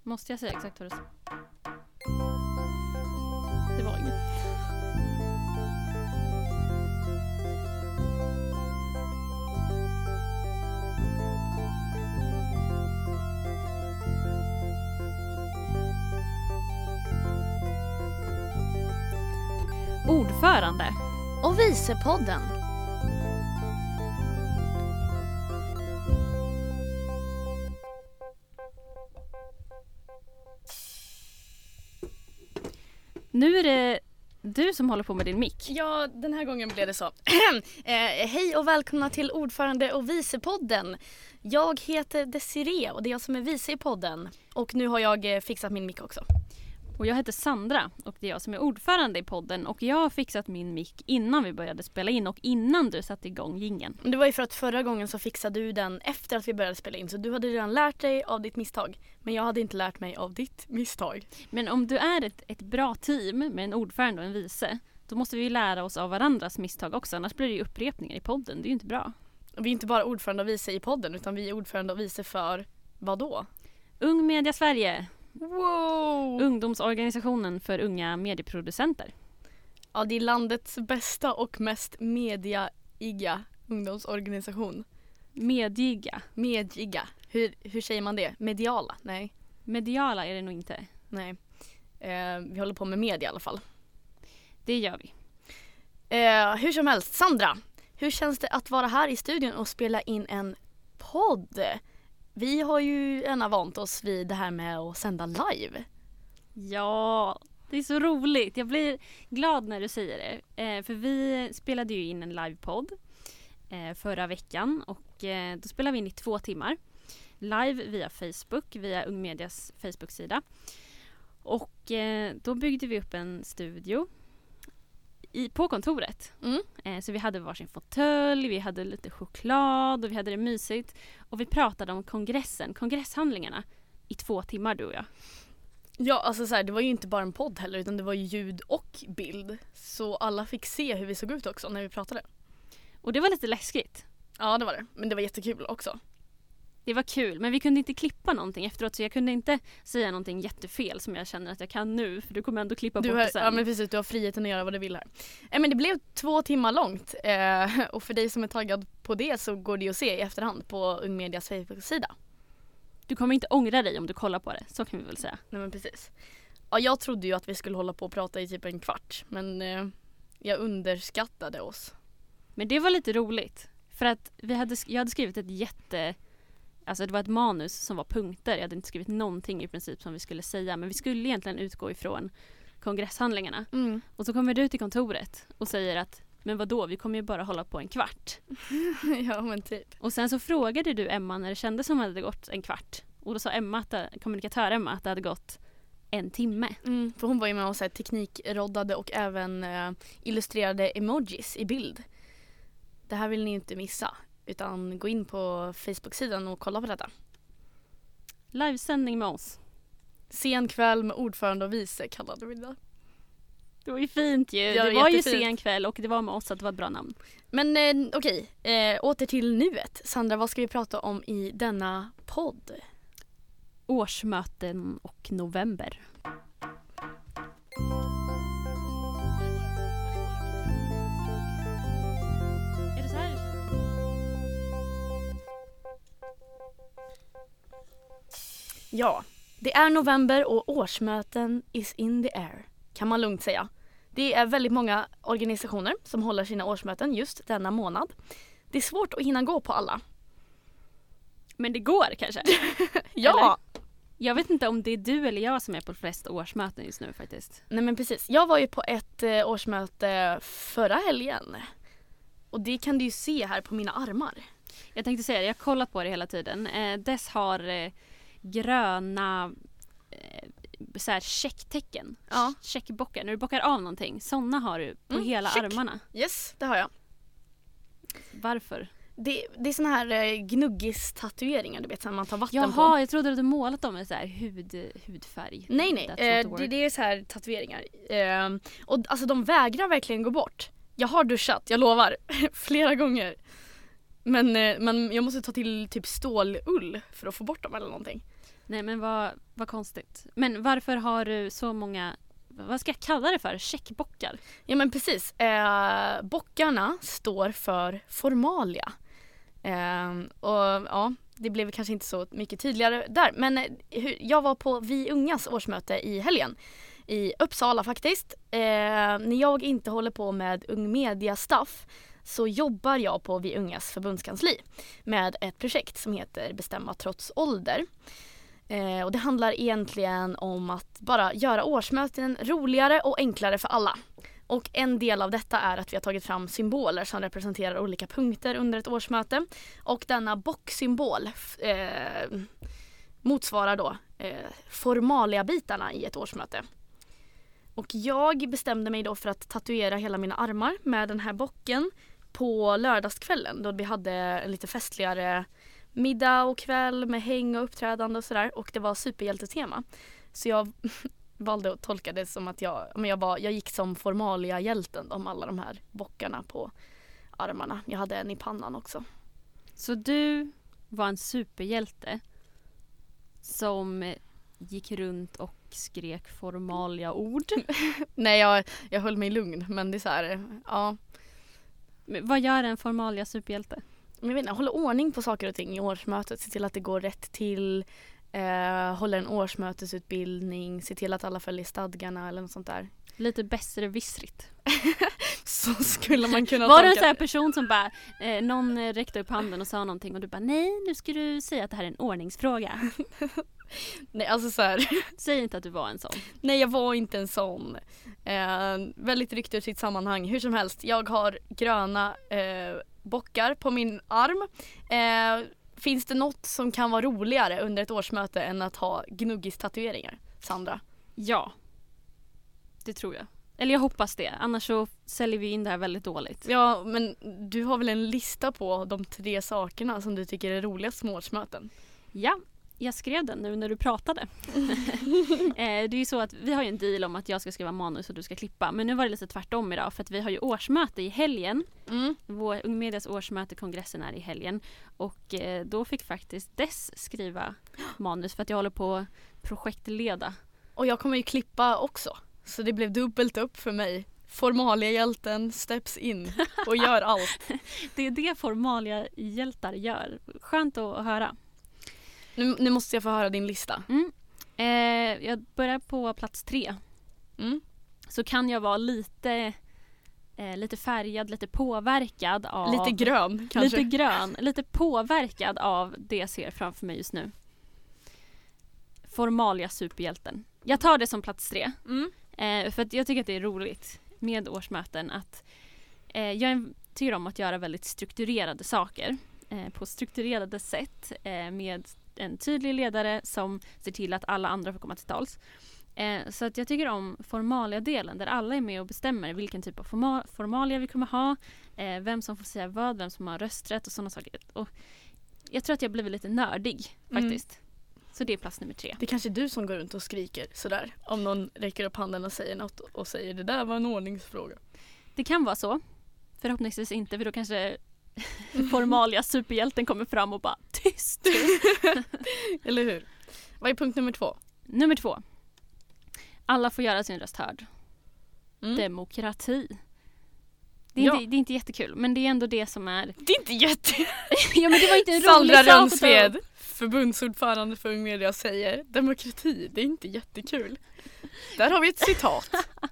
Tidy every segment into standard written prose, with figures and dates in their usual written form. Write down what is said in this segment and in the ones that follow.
Måste jag säga exakt vad det sa? Det var inget. Ordförande och Vicepodden. Nu är det du som håller på med din mick. Ja, den här gången blev det så. Hej och välkomna till Ordförande och Vicepodden. Jag heter Desiree och det är jag som är vice i podden. Och nu har jag fixat min mick också. Och jag heter Sandra och det är jag som är ordförande i podden. Och jag har fixat min mick innan vi började spela in och innan du satte igång jingeln. Det var ju för att förra gången så fixade du den efter att vi började spela in. Så du hade redan lärt dig av ditt misstag. Men jag hade inte lärt mig av ditt misstag. Men om du är ett bra team med en ordförande och en vice, då måste vi ju lära oss av varandras misstag också. Annars blir det ju upprepningar i podden. Det är ju inte bra. Vi är inte bara ordförande och vice i podden utan vi är ordförande och vice för vad då? Ung Media Sverige. Wow! Ungdomsorganisationen för unga medieproducenter. Ja, det är landets bästa och mest mediaiga ungdomsorganisation. Mediga. Mediga. Hur säger man det? Mediala? Nej. Mediala är det nog inte. Nej. Vi håller på med media i alla fall. Det gör vi. Hur som helst, Sandra. Hur känns det att vara här i studion och spela in en podd? Vi har ju gärna vant oss vid det här med att sända live. Ja, det är så roligt. Jag blir glad när du säger det. För vi spelade ju in en livepodd förra veckan. Och då spelade vi in i 2 timmar. Live via Facebook, via Ung Medias Facebook-sida. Och då byggde vi upp en studio på kontoret. Så vi hade varsin fåtölj, vi hade lite choklad och vi hade det mysigt. Och vi pratade om kongresshandlingarna i 2 timmar, du och jag. Ja, alltså så här, det var ju inte bara en podd heller utan det var ju ljud och bild. Så alla fick se hur vi såg ut också när vi pratade. Och det var lite läskigt. Ja, det var det. Men det var jättekul också. Det var kul, men vi kunde inte klippa någonting efteråt så jag kunde inte säga någonting jättefel som jag känner att jag kan nu för du kommer ändå klippa bort det sen. Ja, men precis, du har friheten att göra vad du vill här. Men det blev 2 timmar långt och för dig som är taggad på det så går det att se i efterhand på Ung Medias Facebook-sida. Du kommer inte ångra dig om du kollar på det, så kan vi väl säga. Nej, men precis. Ja, jag trodde ju att vi skulle hålla på och prata i typ en kvart, men jag underskattade oss. Men det var lite roligt för att jag hade skrivit Alltså det var ett manus som var punkter. Jag hade inte skrivit någonting i princip som vi skulle säga. Men vi skulle egentligen utgå ifrån kongresshandlingarna. Och så kommer du till kontoret och säger att men vadå, vi kommer ju bara hålla på en kvart. Ja, men typ. Och sen så frågade du Emma när det kändes som att det hade gått en kvart. Och då sa kommunikatör Emma att det hade gått 1 timme. För hon var ju med och så här, teknikroddade och även illustrerade emojis i bild. Det här vill ni inte missa. Utan gå in på Facebook-sidan och kolla på detta. Livesändning med oss. Sen kväll med ordförande och vice kallade vi det. Det var ju fint ju. Ja, det var jättefint. ju sen kväll och det var med oss att det var ett bra namn. Men okej, åter till nuet. Sandra, vad ska vi prata om i denna podd? Årsmöten och november. Ja, det är november och årsmöten is in the air, kan man lugnt säga. Det är väldigt många organisationer som håller sina årsmöten just denna månad. Det är svårt att hinna gå på alla. Men det går kanske? Ja! Eller? Jag vet inte om det är du eller jag som är på flest årsmöten just nu faktiskt. Nej men precis, jag var ju på ett årsmöte förra helgen. Och det kan du ju se här på mina armar. Jag tänkte säga det, jag har kollat på det hela tiden. Dess har gröna så här checktecken. Ja. Checkbockar. När du bockar av någonting, såna har du på hela check. armarna. Yes, det har jag. Varför? Det är såna här gnuggis-tatueringar, du vet, så man tar vatten på. Jaha, jag trodde att du målat dem med så här hudfärg. Nej, det är så här tatueringar. Och alltså de vägrar verkligen gå bort. Jag har duschat, jag lovar, flera gånger. Men jag måste ta till typ stålull för att få bort dem eller någonting. Nej men vad konstigt. Men varför har du så många, vad ska jag kalla det för? Checkbockar? Ja men precis. Bockarna står för formalia. Och ja, det blev kanske inte så mycket tydligare där. Men jag var på Vi Ungas årsmöte i helgen. I Uppsala faktiskt. När jag inte håller på med Ung Media Staff så jobbar jag på Vi Ungas förbundskansli med ett projekt som heter Bestämma trots ålder. Och det handlar egentligen om att bara göra årsmöten roligare och enklare för alla. Och en del av detta är att vi har tagit fram symboler som representerar olika punkter under ett årsmöte. Och denna bocksymbol motsvarar då formalia-bitarna i ett årsmöte. Och jag bestämde mig då för att tatuera hela mina armar med den här bocken på lördagskvällen då vi hade en lite festligare middag och kväll med häng och uppträdande och sådär. Och det var superhjältetema. Så jag valde att tolka det som att jag gick som formalia-hjälten om alla de här bockarna på armarna. Jag hade en i pannan också. Så du var en superhjälte som gick runt och skrek formalia-ord? Nej, jag höll mig lugn, men det är så här, ja. Men vad gör en formalia-superhjälte? Jag vet inte, hålla ordning på saker och ting i årsmötet, se till att det går rätt till, hålla en årsmötesutbildning, se till att alla följer stadgarna eller något sånt där. Lite besserwissrigt. Så skulle man kunna Var det en sån här person som bara, någon räckte upp handen och sa någonting och du bara, nej, nu ska du säga att det här är en ordningsfråga. Nej, alltså så här. Säg inte att du var en sån. Nej, jag var inte en sån. Väldigt ryckt ur sitt sammanhang. Hur som helst, jag har gröna bockar på min arm. Finns det något som kan vara roligare under ett årsmöte än att ha gnuggis-tatueringar, Sandra? Ja, det tror jag. Eller jag hoppas det, annars så säljer vi in det här väldigt dåligt. Ja, men du har väl en lista på de 3 sakerna som du tycker är roligast med årsmöten? Ja, jag skrev den nu när du pratade. Det är ju så att vi har ju en deal om att jag ska skriva manus och du ska klippa. Men nu var det lite tvärtom idag för att vi har ju årsmöte i helgen. Vår Ung Medias årsmöte, kongressen är i helgen. Och då fick faktiskt Dess skriva manus för att jag håller på att projektleda. Och jag kommer ju klippa också. Så det blev dubbelt upp för mig. Formalia-hjälten steps in och gör allt. Det är det formalia-hjältar gör. Skönt att höra. Nu måste jag få höra din lista. Jag börjar på plats 3. Så kan jag vara lite färgad, lite påverkad av... Lite grön kanske? Lite grön, lite påverkad av det jag ser framför mig just nu. Formalia superhjälten. Jag tar det som plats 3. För att jag tycker att det är roligt med årsmöten att jag tycker om att göra väldigt strukturerade saker på strukturerade sätt med en tydlig ledare som ser till att alla andra får komma till tals. Så att jag tycker om formalia-delen där alla är med och bestämmer vilken typ av formalia vi kommer ha, vem som får säga vad, vem som har rösträtt och sådana saker. Och jag tror att jag blivit lite nördig faktiskt. Så det är plats nummer 3. Det är kanske du som går runt och skriker sådär. Om någon räcker upp handen och säger något och säger det där var en ordningsfråga. Det kan vara så. Förhoppningsvis inte, för då kanske formalia superhjälten kommer fram och bara tyst. Eller hur? Vad är punkt nummer 2? Nummer 2. Alla får göra sin röst hörd. Demokrati. Det är inte jättekul, men det är ändå det som är... Det är inte jättekul. Ja, men det var inte en rolig Sandra sak. Rönnsved, förbundsordförande för Ung Media, säger demokrati, det är inte jättekul. Där har vi ett citat.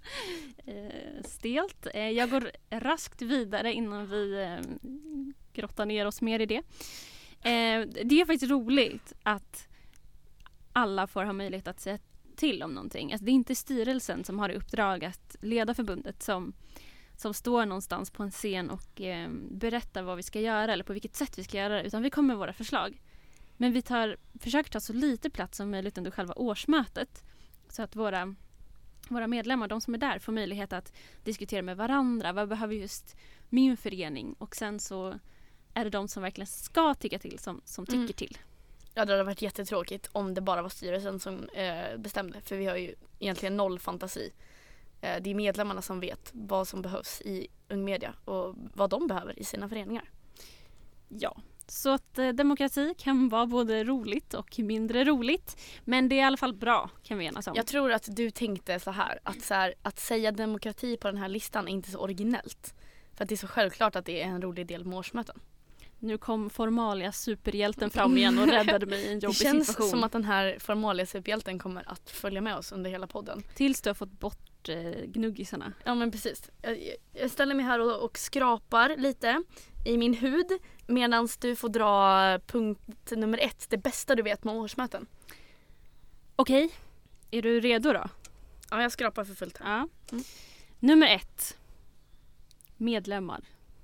Stelt. Jag går raskt vidare innan vi grottar ner oss mer i det. Det är faktiskt roligt att alla får ha möjlighet att säga till om någonting. Alltså det är inte styrelsen som har i uppdrag att leda förbundet som står någonstans på en scen och berättar vad vi ska göra eller på vilket sätt vi ska göra det, utan vi kommer med våra förslag. Men vi försöker ta så lite plats som möjligt under själva årsmötet så att våra medlemmar, de som är där, får möjlighet att diskutera med varandra. Vad behöver just min förening? Och sen så är det de som verkligen ska tycka till som tycker till. Ja, det hade varit jättetråkigt om det bara var styrelsen som bestämde. För vi har ju egentligen noll fantasi. Det är medlemmarna som vet vad som behövs i Ung Media och vad de behöver i sina föreningar. Ja, Så att demokrati kan vara både roligt och mindre roligt. Men det är i alla fall bra, kan vi enas om. Jag tror att du tänkte så här, att säga demokrati på den här listan är inte så originellt. För att det är så självklart att det är en rolig del med årsmöten. Nu kom formalia superhjälten fram igen och räddade mig i en jobbig situation. Det känns som att den här formalia superhjälten kommer att följa med oss under hela podden. Tills du har fått bort gnuggisarna. Ja, men precis. Jag ställer mig här och skrapar lite i min hud medan du får dra punkt nummer 1. Det bästa du vet med årsmöten. Okej. Är du redo då? Ja, jag skrapar för fullt här. Ja. Nummer 1. Medlemmar.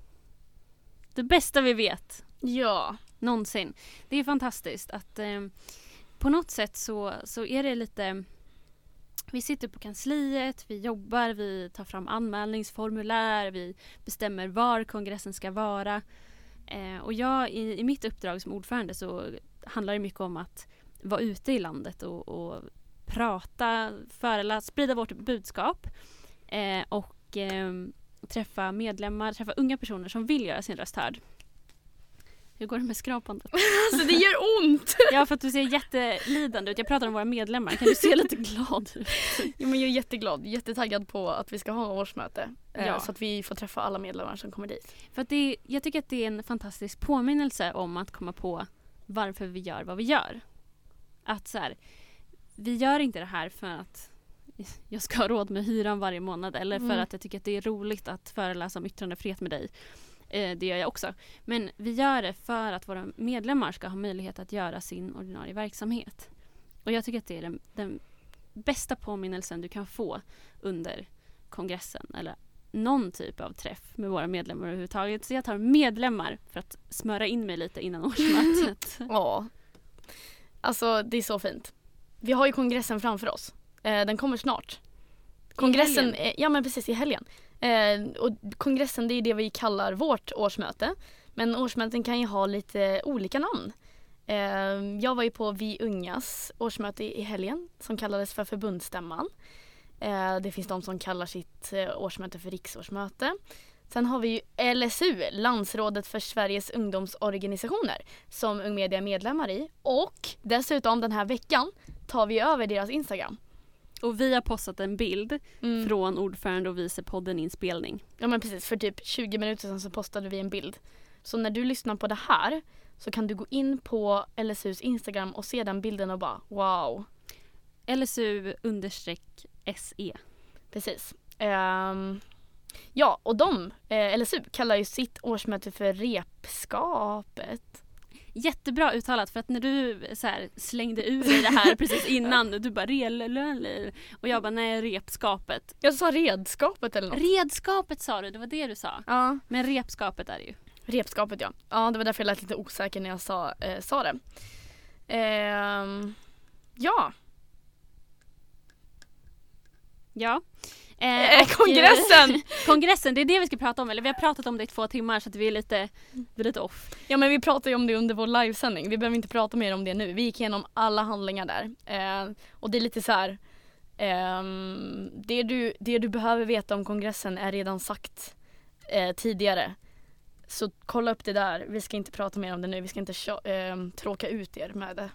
Det bästa vi vet. Ja. Någonsin. Det är fantastiskt att på något sätt så är det lite... Vi sitter på kansliet, vi jobbar, vi tar fram anmälningsformulär, vi bestämmer var kongressen ska vara. Och jag i mitt uppdrag som ordförande så handlar det mycket om att vara ute i landet och prata, föreläsa, sprida vårt budskap och träffa medlemmar, träffa unga personer som vill göra sin röst hörd. Hur går det med skrapandet? Alltså det gör ont! Ja, för att du ser jättelidande ut. Jag pratar om våra medlemmar. Kan du se lite glad ut? Jo, men jag är jätteglad, jättetaggad på att vi ska ha årsmöte. Ja. Så att vi får träffa alla medlemmar som kommer dit. För att jag tycker att det är en fantastisk påminnelse om att komma på varför vi gör vad vi gör. Att så här, vi gör inte det här för att jag ska ha råd med hyran varje månad eller för att jag tycker att det är roligt att föreläsa om yttrandefrihet med dig. Det gör jag också. Men vi gör det för att våra medlemmar ska ha möjlighet att göra sin ordinarie verksamhet. Och jag tycker att det är den bästa påminnelsen du kan få under kongressen eller någon typ av träff med våra medlemmar överhuvudtaget. Så jag tar medlemmar för att smöra in mig lite innan årsmötet. Ja. Alltså det är så fint. Vi har ju kongressen framför oss. Den kommer snart. Kongressen, ja men precis i helgen. Och kongressen, det är det vi kallar vårt årsmöte. Men årsmöten kan ju ha lite olika namn. Jag var ju på Vi Ungas årsmöte i helgen som kallades för förbundsstämman. Det finns de som kallar sitt årsmöte för riksårsmöte. Sen har vi ju LSU, Landsrådet för Sveriges ungdomsorganisationer, som Ung Media är medlemmar i. Och dessutom den här veckan tar vi över deras Instagram. Och vi har postat en bild från ordförande och vicepodden inspelning. Ja men precis, för typ 20 minuter sedan så postade vi en bild. Så när du lyssnar på det här så kan du gå in på LSUs Instagram och se den bilden och bara wow. LSU_SE. Precis. Ja, och LSU kallar ju sitt årsmöte för repskapet. Jättebra uttalat, för att när du så här slängde ur dig det här precis innan, du bara och jag bara nej, repskapet. Jag sa redskapet eller något. Redskapet sa du, det var det du sa. Ja. Men repskapet är det ju. Repskapet, ja. Ja, det var därför jag lät lite osäker när jag sa det. Ja. Ja. Kongressen! Kongressen, det är det vi ska prata om. Eller vi har pratat om det i 2 timmar så att vi är lite off. Ja, men vi pratade ju om det under vår livesändning. Vi behöver inte prata mer om det nu. Vi gick igenom alla handlingar där. Och det är lite så här. Det du behöver veta om kongressen är redan sagt tidigare. Så kolla upp det där. Vi ska inte prata mer om det nu. Vi ska inte tråka ut er med det.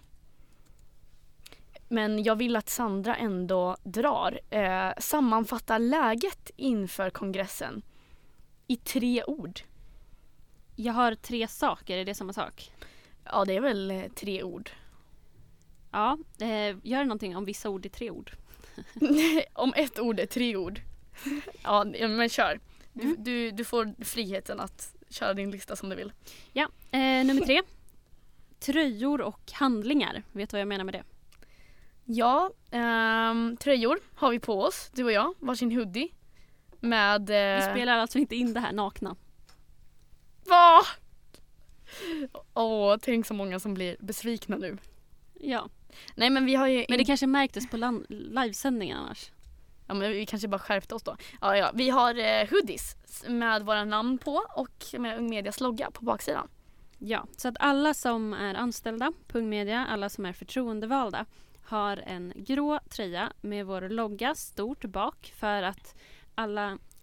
Men jag vill att Sandra ändå sammanfattar läget inför kongressen i 3 ord. Jag har 3 saker, är det samma sak? Ja, det är väl 3 ord. Ja, gör någonting om vissa ord i 3 ord. Om ett ord är 3 ord. Ja, men kör. Du får friheten att köra din lista som du vill. Ja, nummer 3. Tröjor och handlingar. Vet du vad jag menar med det? Ja, tröjor har vi på oss, du och jag, varsin hoodie med... Vi spelar alltså inte in det här nakna. Va? Tänk så många som blir besvikna nu. Ja. Nej, men vi har ju... Men det kanske märktes på livesändningen annars. Ja, men vi kanske bara skärpte oss då. Ja. Vi har hoodies med våra namn på och med Ung Medias logga på baksidan. Ja, så att alla som är anställda på Ung Media, alla som är förtroendevalda, har en grå tröja med vår logga stort bak för att alla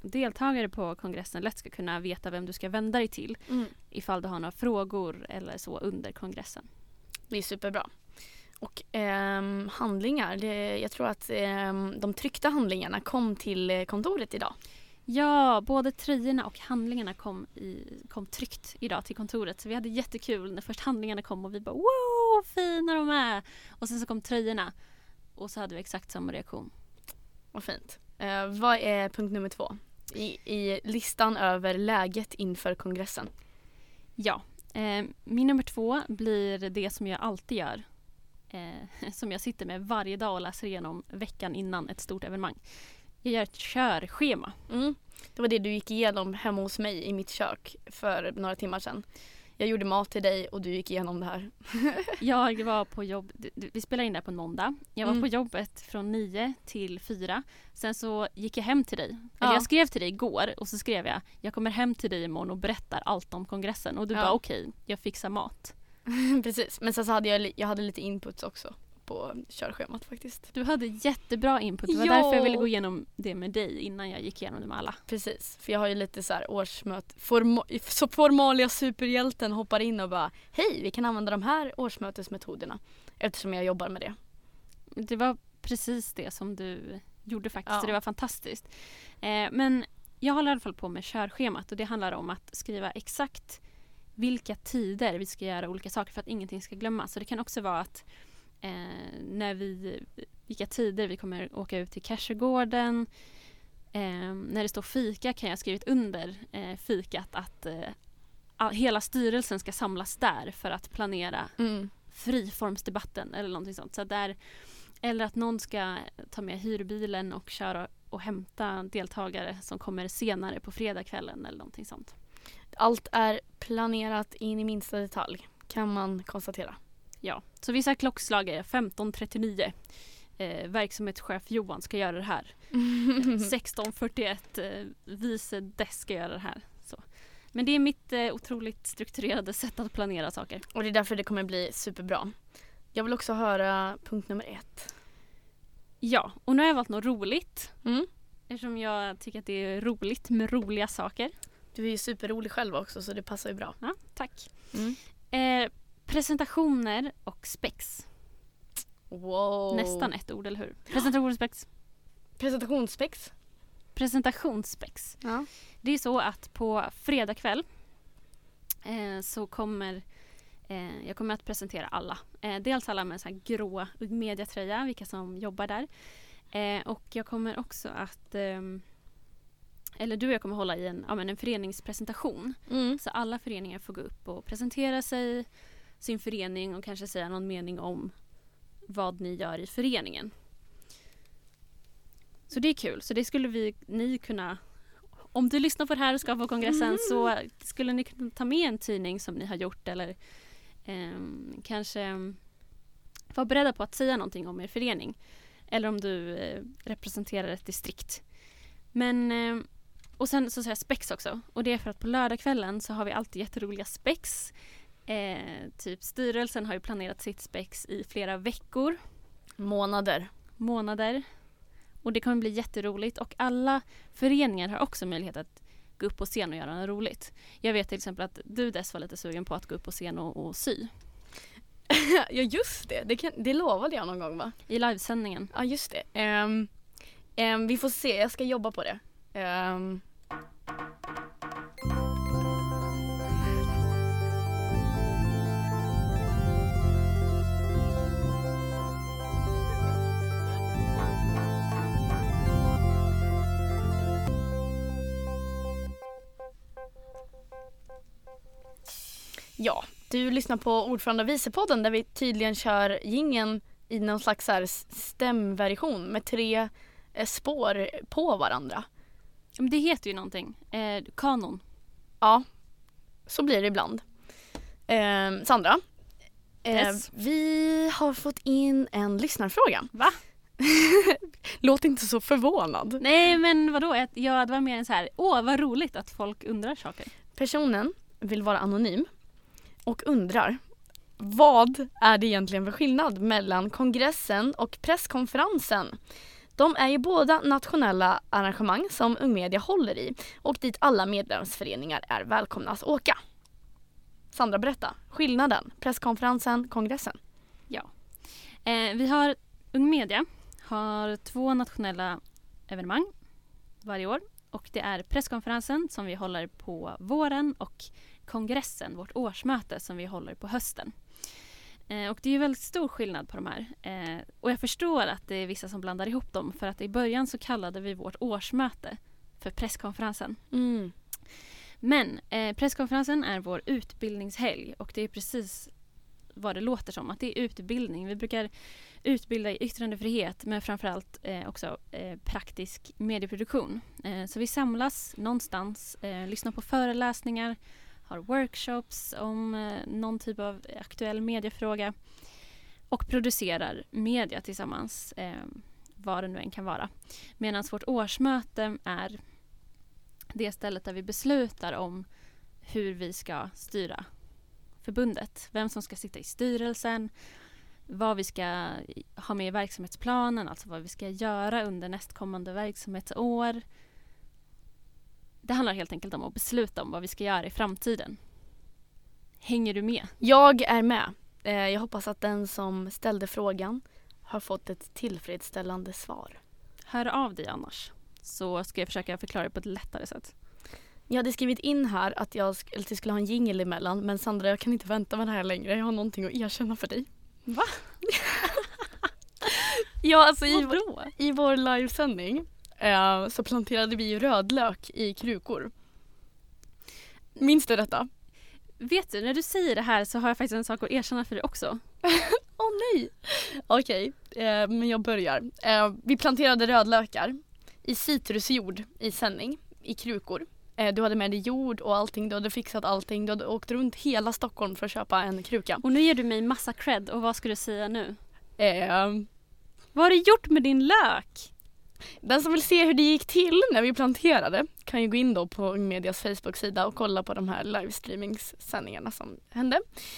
deltagare på kongressen lätt ska kunna veta vem du ska vända dig till ifall du har några frågor eller så under kongressen. Det är superbra. Och handlingar, jag tror att de tryckta handlingarna kom till kontoret idag. Ja, både tröjorna och handlingarna kom tryckt idag till kontoret. Så vi hade jättekul när först handlingarna kom och vi bara wow, fina de är! Och sen så kom tröjorna och så hade vi exakt samma reaktion. Vad fint. Vad är punkt nummer 2 i listan över läget inför kongressen? Ja, min nummer 2 blir det som jag alltid gör. Som jag sitter med varje dag och läser igenom veckan innan ett stort evenemang. Jag gör ett körschema. Det var det du gick igenom hemma hos mig i mitt kök för några timmar sedan. Jag gjorde mat till dig och du gick igenom det här. Jag var på jobb, vi spelade in det på en måndag. Jag var på jobbet från 9 till 4. Sen så gick jag hem till dig. Eller jag skrev till dig igår och så skrev jag kommer hem till dig imorgon och berättar allt om kongressen. Och du bara okej, jag fixar mat. Precis, men sen så hade jag hade lite inputs också på körschemat faktiskt. Du hade jättebra input. Det var därför jag ville gå igenom det med dig innan jag gick igenom det med alla. Precis, för jag har ju lite så här årsmöte. Så formalia superhjälten hoppar in och bara hej, vi kan använda de här årsmötesmetoderna eftersom jag jobbar med det. Det var precis det som du gjorde faktiskt. Så det var fantastiskt. Men jag håller i alla fall på med körschemat och det handlar om att skriva exakt vilka tider vi ska göra olika saker för att ingenting ska glömmas. Så det kan också vara att vilka tider vi kommer åka ut till Cashegården. När det står fika kan jag skrivit under fikat att hela styrelsen ska samlas där för att planera friformsdebatten eller någonting sånt. Så där, eller att någon ska ta med hyrbilen och köra och hämta deltagare som kommer senare på fredagskvällen eller någonting sånt. Allt är planerat in i minsta detalj kan man konstatera. Ja, så vissa klockslag är 15.39. Verksamhetschef Johan ska göra det här. 16.41 vice Dess ska göra det här. Så. Men det är mitt otroligt strukturerade sätt att planera saker. Och det är därför det kommer bli superbra. Jag vill också höra punkt nummer 1. Ja, och nu har jag valt något roligt. Eftersom jag tycker att det är roligt med roliga saker. Du är ju superrolig själv också så det passar ju bra. Ja, tack. Presentationer och spex. Wow. Nästan ett ord, eller hur? Presentationsspex. Presentationsspex. Presentationsspex. Ja. Det är så att på fredag kväll så kommer jag kommer att presentera alla. Dels alla med en sån här grå mediatröja, vilka som jobbar där. Och jag kommer också att eller du och jag kommer hålla i en föreningspresentation. Så alla föreningar får gå upp och presentera sin förening och kanske säga någon mening om vad ni gör i föreningen. Så det är kul. Så det skulle ni kunna, om du lyssnar på det här och ska på kongressen så skulle ni kunna ta med en tidning som ni har gjort eller kanske vara beredda på att säga någonting om er förening. Eller om du representerar ett distrikt. Men och sen så säger jag spex också. Och det är för att på lördagskvällen så har vi alltid jätteroliga spex. Typ styrelsen har ju planerat sitt spex i flera veckor. Månader. Och det kommer bli jätteroligt. Och alla föreningar har också möjlighet att gå upp på scen och göra något roligt. Jag vet till exempel att du Dess var lite sugen på att gå upp på scen och sy. Ja just det. Det lovade jag någon gång va? I livesändningen. Ja just det. Vi får se, jag ska jobba på det. Ja, du lyssnar på Ordförande och vicepodden där vi tydligen kör jingeln i någon slags här stämversion med 3 spår på varandra. Men det heter ju någonting. Kanon. Ja, så blir det ibland. Sandra, Yes. vi har fått in en lyssnarfråga. Va? Låt inte så förvånad. Nej men vadå? Det var mer en så här, vad roligt att folk undrar saker. Personen vill vara anonym och undrar vad är det egentligen för skillnad mellan kongressen och presskonferensen? De är ju båda nationella arrangemang som Ung Media håller i och dit alla medlemsföreningar är välkomna att åka. Sandra, berätta. Skillnaden, presskonferensen, kongressen. Ja. Vi har Ung Media har 2 nationella evenemang varje år. Och det är presskonferensen som vi håller på våren och kongressen, vårt årsmöte som vi håller på hösten. Och det är ju väldigt stor skillnad på de här. Och jag förstår att det är vissa som blandar ihop dem, för att i början så kallade vi vårt årsmöte för presskonferensen. Men presskonferensen är vår utbildningshelg och det är precis vad det låter som, att det är utbildning. Vi brukar utbilda i yttrandefrihet, men framförallt också praktisk medieproduktion. Så vi samlas någonstans, lyssnar på föreläsningar, har workshops om någon typ av aktuell mediefråga och producerar media tillsammans, vad det nu än kan vara. Medan vårt årsmöte är det stället där vi beslutar om hur vi ska styra förbundet. Vem som ska sitta i styrelsen, vad vi ska ha med i verksamhetsplanen, alltså vad vi ska göra under nästkommande verksamhetsår. Det handlar helt enkelt om att besluta om vad vi ska göra i framtiden. Hänger du med? Jag är med. Jag hoppas att den som ställde frågan har fått ett tillfredsställande svar. Hör av dig annars, så ska jag försöka förklara det på ett lättare sätt. Jag hade skrivit in här att jag skulle ha en jingle emellan, men Sandra, jag kan inte vänta med det här längre. Jag har någonting att erkänna för dig. Va? Ja, alltså i vår livesändning så planterade vi ju rödlök i krukor. Minns du detta? Vet du, när du säger det här så har jag faktiskt en sak att erkänna för dig också. Åh nej! Okej, men jag börjar. Vi planterade rödlökar i citrusjord i sändning, i krukor. Du hade med dig jord och allting, du hade fixat allting. Du hade åkt runt hela Stockholm för att köpa en kruka. Och nu ger du mig massa cred, och vad ska du säga nu? Vad har du gjort med din lök? Den som vill se hur det gick till när vi planterade kan ju gå in då på Ung Medias Facebook-sida och kolla på de här livestreamingssändningarna som hände.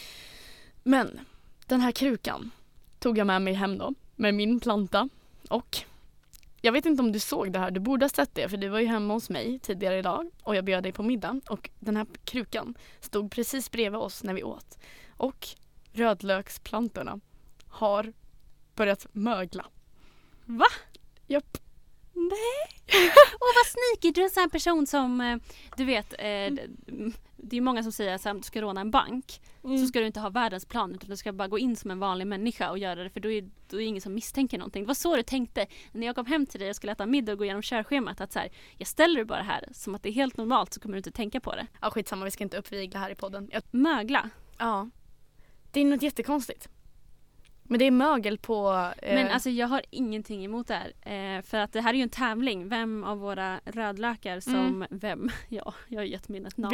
Men den här krukan tog jag med mig hem då med min planta, och jag vet inte om du såg det här, du borde ha sett det, för du var ju hemma hos mig tidigare idag och jag bjöd dig på middag, och den här krukan stod precis bredvid oss när vi åt, och rödlöksplantorna har börjat mögla. Va? Japp. Nej. Åh, vad sneaky. Du är en sån här person som, du vet, det är många som säger att du ska råna en bank. Så ska du inte ha världens plan, utan du ska bara gå in som en vanlig människa och göra det, för då är ingen som misstänker någonting. Det var så du tänkte när jag kom hem till dig och skulle äta middag och gå igenom körschemat, att så här, jag ställer det bara här som att det är helt normalt, så kommer du inte tänka på det. Ja, skitsamma, vi ska inte uppvigla här i podden. Mögla? Ja. Det är något jättekonstigt. Men det är mögel på... Men alltså jag har ingenting emot det här. För att det här är ju en tävling. Vem av våra rödlökar som... Vem? Ja, jag har gett min ett namn.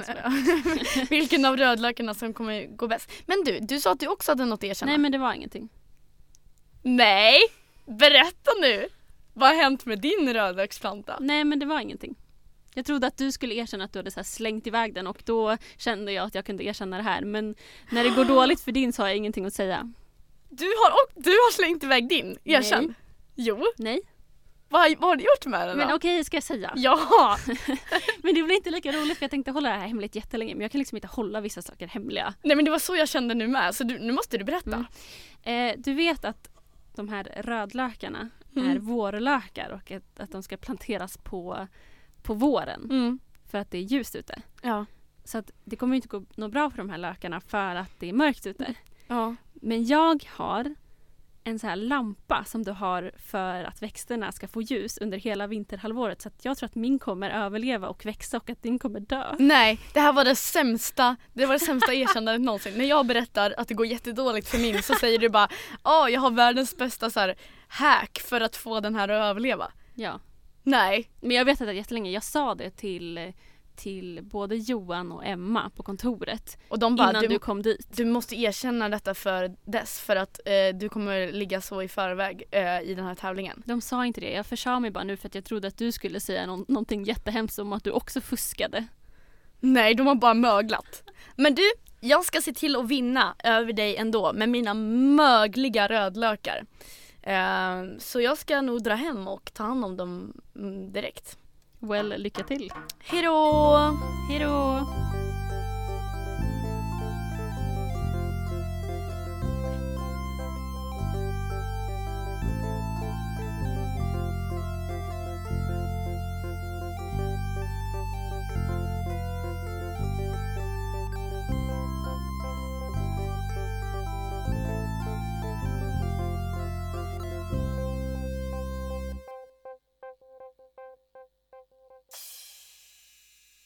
Vilken av rödlökarna som kommer gå bäst. Men du sa att du också hade något att erkänna. Nej, men det var ingenting. Nej! Berätta nu! Vad har hänt med din rödlöksplanta? Nej, men det var ingenting. Jag trodde att du skulle erkänna att du hade så här slängt iväg den, och då kände jag att jag kunde erkänna det här. Men när det går dåligt för din så har jag ingenting att säga. Du har slängt iväg din, erkänn. Nej. Jo. Nej. Vad har du gjort med den då? Men okej, ska jag säga? Ja. Men det blir inte lika roligt, för jag tänkte hålla det här hemligt jättelänge. Men jag kan liksom inte hålla vissa saker hemliga. Nej, men det var så jag kände nu med. Så nu måste du berätta. Du vet att de här rödlökarna är vårlökar, och att de ska planteras på våren. För att det är ljust ute. Ja. Så att det kommer inte gå något bra för de här lökarna för att det är mörkt ute. Ja. Men jag har en så här lampa som du har för att växterna ska få ljus under hela vinterhalvåret. Så att jag tror att min kommer överleva och växa, och att din kommer dö. Nej, det här var det sämsta erkännandet någonsin. När jag berättar att det går jättedåligt för min, så säger du bara jag har världens bästa så här hack för att få den här att överleva. Ja. Nej. Men jag vet att jättelänge jag sa det till både Johan och Emma på kontoret, och de bara, innan du kom dit. Du måste erkänna detta för att du kommer ligga så i förväg i den här tävlingen. De sa inte det. Jag försade mig bara nu för att jag trodde att du skulle säga någonting jättehemskt om att du också fuskade. Nej, de har bara möglat. Men du, jag ska se till att vinna över dig ändå med mina mögliga rödlökar. Så jag ska nog dra hem och ta hand om dem direkt. Well, lycka till. Hejdå! Hej då!